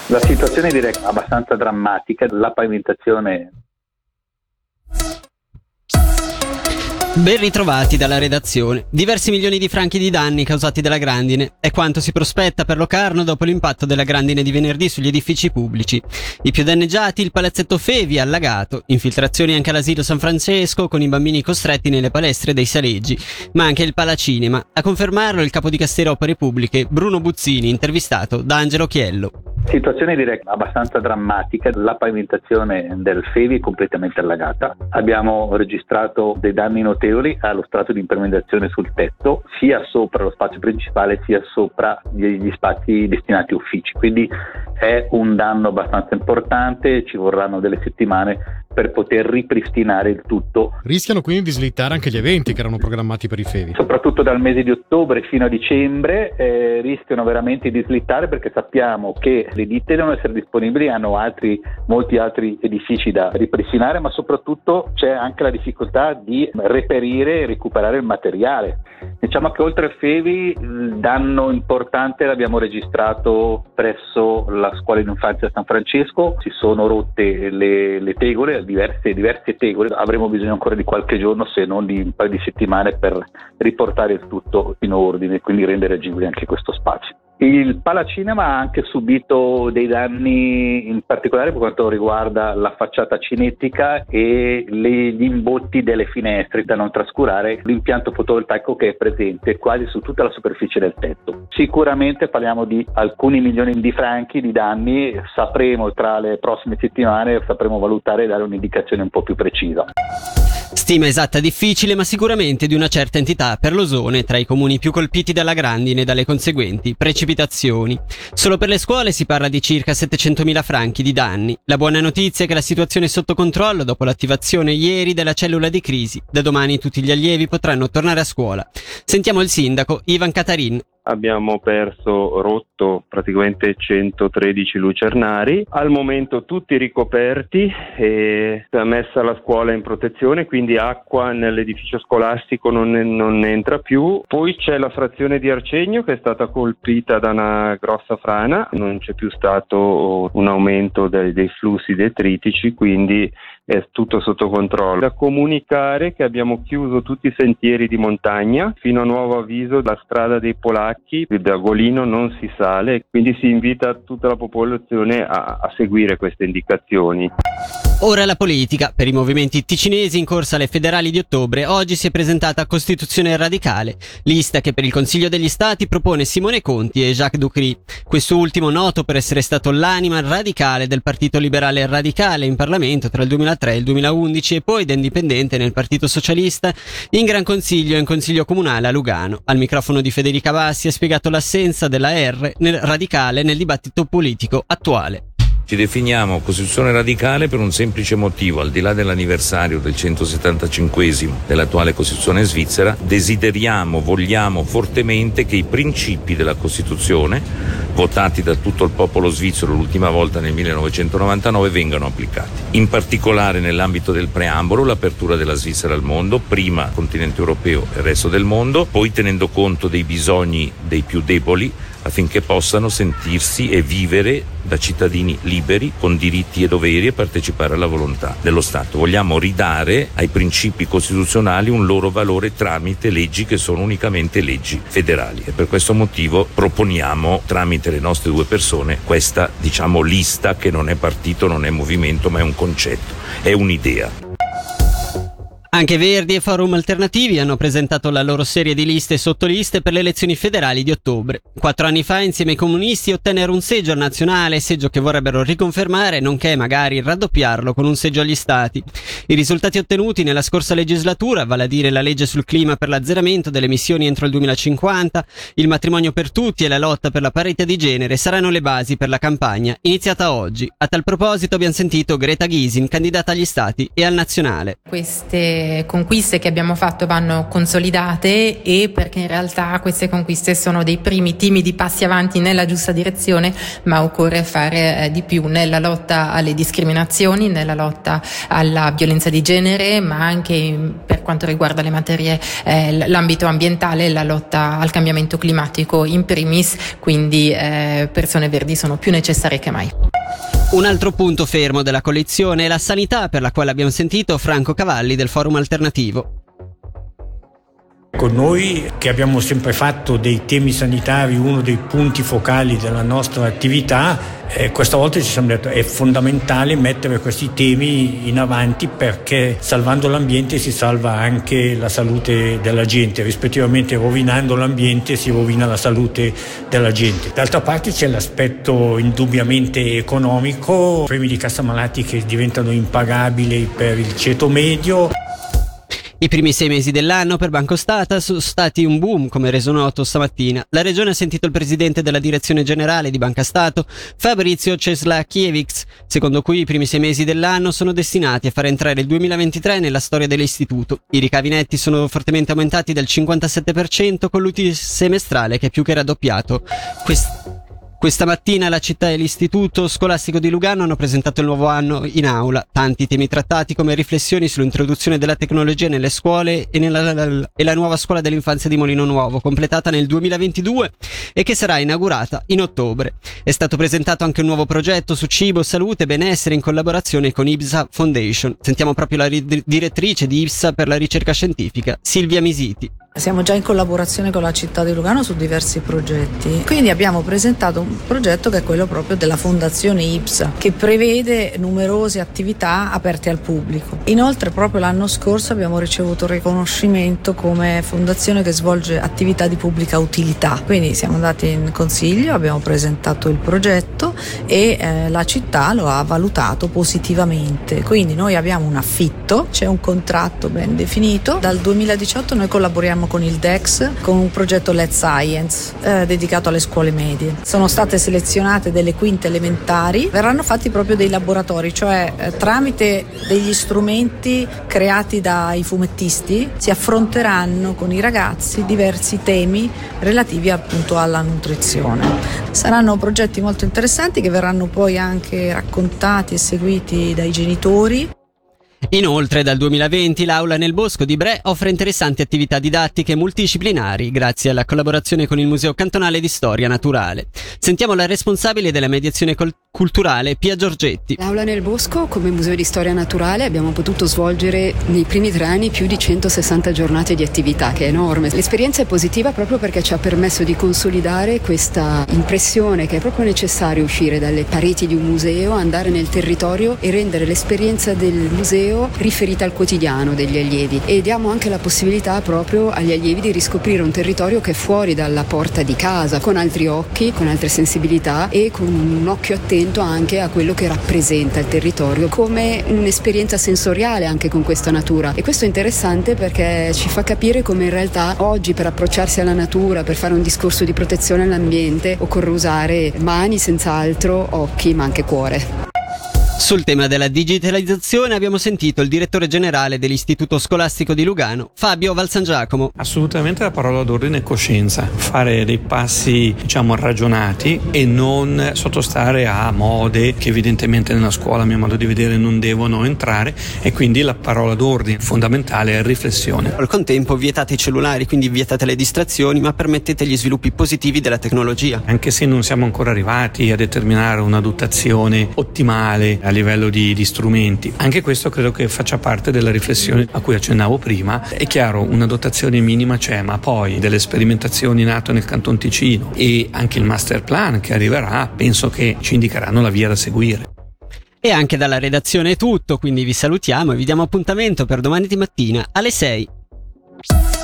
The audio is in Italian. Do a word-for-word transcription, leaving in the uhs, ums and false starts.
La situazione direi abbastanza drammatica, la pavimentazione. Ben ritrovati dalla redazione. Diversi milioni di franchi di danni causati dalla grandine è quanto si prospetta per Locarno dopo l'impatto della grandine di venerdì sugli edifici pubblici. I più danneggiati il palazzetto Fevi allagato, infiltrazioni anche all'asilo San Francesco con i bambini costretti nelle palestre dei Saleggi, ma anche il Palacinema. A confermarlo il capo di Castero Opere Pubbliche Bruno Buzzini, intervistato da Angelo Chiello. Situazione direi abbastanza drammatica, la pavimentazione del Fevi è completamente allagata. Abbiamo registrato dei danni notevoli allo strato di impermeabilizzazione sul tetto, sia sopra lo spazio principale sia sopra gli spazi destinati a uffici, quindi è un danno abbastanza importante, ci vorranno delle settimane per poter ripristinare il tutto. Rischiano quindi di slittare anche gli eventi che erano programmati per i Fevi. Soprattutto dal mese di ottobre fino a dicembre eh, rischiano veramente di slittare, perché sappiamo che le ditte devono essere disponibili, hanno altri, molti altri edifici da ripristinare, ma soprattutto c'è anche la difficoltà di reperire e recuperare il materiale. Diciamo che oltre al Fevi il danno importante l'abbiamo registrato presso la scuola di infanzia San Francesco, si sono rotte le, le tegole, diverse, diverse tegole, avremo bisogno ancora di qualche giorno, se non di un paio di settimane, per riportare il tutto in ordine e quindi rendere agibile anche questo spazio. Il Palacinema ha anche subito dei danni, in particolare per quanto riguarda la facciata cinetica e le, gli imbotti delle finestre, da non trascurare l'impianto fotovoltaico che è presente quasi su tutta la superficie del tetto. Sicuramente parliamo di alcuni milioni di franchi di danni, sapremo tra le prossime settimane, sapremo valutare e dare un'indicazione un po' più precisa. Stima esatta difficile, ma sicuramente di una certa entità per l'Osone, tra i comuni più colpiti dalla grandine e dalle conseguenti precipitazioni. Solo per le scuole si parla di circa settecentomila franchi di danni. La buona notizia è che la situazione è sotto controllo dopo l'attivazione ieri della cellula di crisi. Da domani tutti gli allievi potranno tornare a scuola. Sentiamo il sindaco Ivan Catarin. Abbiamo perso, rotto praticamente centotredici lucernari, al momento tutti ricoperti e messa la scuola in protezione, quindi acqua nell'edificio scolastico non, non entra più. Poi c'è la frazione di Arcegno che è stata colpita da una grossa frana, non c'è più stato un aumento dei, dei flussi detritici, quindi è tutto sotto controllo. Da comunicare che abbiamo chiuso tutti i sentieri di montagna, fino a nuovo avviso la strada dei Polacchi, da Golino non si sale, quindi si invita tutta la popolazione a, a seguire queste indicazioni. Ora la politica. Per i movimenti ticinesi in corsa alle federali di ottobre, oggi si è presentata Costituzione Radicale, lista che per il Consiglio degli Stati propone Simone Conti e Jacques Ducry. Quest'ultimo noto per essere stato l'anima radicale del Partito Liberale Radicale in Parlamento tra il duemilatré e il duemilaundici e poi da indipendente nel Partito Socialista in Gran Consiglio e in Consiglio Comunale a Lugano. Al microfono di Federica Bassi ha spiegato l'assenza della R nel radicale nel dibattito politico attuale. Ci definiamo Costituzione Radicale per un semplice motivo: al di là dell'anniversario del centosettantacinquesimo dell'attuale Costituzione svizzera, desideriamo, vogliamo fortemente che i principi della Costituzione, votati da tutto il popolo svizzero l'ultima volta nel millenovecentonovantanove, vengano applicati. In particolare nell'ambito del preambolo, l'apertura della Svizzera al mondo, prima continente europeo e il resto del mondo, poi tenendo conto dei bisogni dei più deboli, affinché possano sentirsi e vivere da cittadini liberi, con diritti e doveri, e partecipare alla volontà dello Stato. Vogliamo ridare ai principi costituzionali un loro valore tramite leggi che sono unicamente leggi federali, e per questo motivo proponiamo, tramite le nostre due persone, questa, diciamo, lista che non è partito, non è movimento, ma è un concetto, è un'idea. Anche Verdi e Forum Alternativi hanno presentato la loro serie di liste e sottoliste per le elezioni federali di ottobre. Quattro anni fa, insieme ai comunisti, ottennero un seggio al nazionale, seggio che vorrebbero riconfermare, nonché magari raddoppiarlo con un seggio agli stati. I risultati ottenuti nella scorsa legislatura, vale a dire la legge sul clima per l'azzeramento delle emissioni entro il duemilacinquanta, il matrimonio per tutti e la lotta per la parità di genere, saranno le basi per la campagna iniziata oggi. A tal proposito abbiamo sentito Greta Gysin, candidata agli stati e al nazionale. Queste le conquiste che abbiamo fatto vanno consolidate e perché in realtà queste conquiste sono dei primi timidi passi avanti nella giusta direzione, ma occorre fare eh, di più nella lotta alle discriminazioni, nella lotta alla violenza di genere, ma anche in, per quanto riguarda le materie, eh, l'ambito ambientale, la lotta al cambiamento climatico in primis, quindi eh, persone verdi sono più necessarie che mai. Un altro punto fermo della coalizione è la sanità, per la quale abbiamo sentito Franco Cavalli del Forum Alternativo. Con noi che abbiamo sempre fatto dei temi sanitari uno dei punti focali della nostra attività, eh, questa volta ci siamo detto è fondamentale mettere questi temi in avanti perché salvando l'ambiente si salva anche la salute della gente, rispettivamente rovinando l'ambiente si rovina la salute della gente. D'altra parte c'è l'aspetto indubbiamente economico, premi di cassa malati che diventano impagabili per il ceto medio. I primi sei mesi dell'anno per Banco Stata sono stati un boom, come reso noto stamattina. La Regione ha sentito il presidente della direzione generale di Banca Stato, Fabrizio Ceslakiewicz, secondo cui i primi sei mesi dell'anno sono destinati a far entrare il duemilaventitré nella storia dell'istituto. I ricavi netti sono fortemente aumentati del cinquantasette per cento con l'utile semestrale che è più che raddoppiato. Quest- Questa mattina la città e l'istituto scolastico di Lugano hanno presentato il nuovo anno in aula. Tanti temi trattati come riflessioni sull'introduzione della tecnologia nelle scuole e, nella, la, e la nuova scuola dell'infanzia di Molino Nuovo, completata nel duemilaventidue e che sarà inaugurata in ottobre. È stato presentato anche un nuovo progetto su cibo, salute e benessere in collaborazione con I P S A Foundation. Sentiamo proprio la ri- direttrice di I P S A per la ricerca scientifica, Silvia Misiti. Siamo già in collaborazione con la città di Lugano su diversi progetti, quindi abbiamo presentato un progetto che è quello proprio della Fondazione I P S A, che prevede numerose attività aperte al pubblico. Inoltre proprio l'anno scorso abbiamo ricevuto il riconoscimento come fondazione che svolge attività di pubblica utilità, quindi siamo andati in consiglio, abbiamo presentato il progetto e eh, la città lo ha valutato positivamente, quindi noi abbiamo un affitto, c'è un contratto ben definito, dal duemiladiciotto noi collaboriamo con il D E X con un progetto Let's Science eh, dedicato alle scuole medie. Sono state selezionate delle quinte elementari, verranno fatti proprio dei laboratori, cioè eh, tramite degli strumenti creati dai fumettisti si affronteranno con i ragazzi diversi temi relativi appunto alla nutrizione. Saranno progetti molto interessanti che verranno poi anche raccontati e seguiti dai genitori. Inoltre dal duemilaventi l'Aula nel Bosco di Bre offre interessanti attività didattiche multidisciplinari grazie alla collaborazione con il Museo Cantonale di Storia Naturale. Sentiamo la responsabile della mediazione col- culturale Pia Giorgetti. L'Aula nel Bosco come Museo di Storia Naturale abbiamo potuto svolgere nei primi tre anni più di centosessanta giornate di attività, che è enorme. L'esperienza è positiva proprio perché ci ha permesso di consolidare questa impressione che è proprio necessario uscire dalle pareti di un museo, andare nel territorio e rendere l'esperienza del museo riferita al quotidiano degli allievi, e diamo anche la possibilità proprio agli allievi di riscoprire un territorio che è fuori dalla porta di casa, con altri occhi, con altre sensibilità e con un occhio attento anche a quello che rappresenta il territorio come un'esperienza sensoriale anche con questa natura. E questo è interessante perché ci fa capire come in realtà oggi per approcciarsi alla natura, per fare un discorso di protezione all'ambiente, occorre usare mani senz'altro, occhi ma anche cuore. Sul tema della digitalizzazione abbiamo sentito il direttore generale dell'Istituto Scolastico di Lugano, Fabio Valsangiacomo. Assolutamente la parola d'ordine è coscienza, fare dei passi diciamo ragionati e non sottostare a mode che evidentemente nella scuola a mio modo di vedere non devono entrare, e quindi la parola d'ordine fondamentale è riflessione. Al contempo vietate i cellulari, quindi vietate le distrazioni, ma permettete gli sviluppi positivi della tecnologia. Anche se non siamo ancora arrivati a determinare una dotazione ottimale a livello di, di strumenti, anche questo credo che faccia parte della riflessione a cui accennavo prima. È chiaro, una dotazione minima c'è, ma poi delle sperimentazioni nate nel Canton Ticino e anche il master plan che arriverà penso che ci indicheranno la via da seguire. E anche dalla redazione è tutto, quindi vi salutiamo e vi diamo appuntamento per domani di mattina alle sei.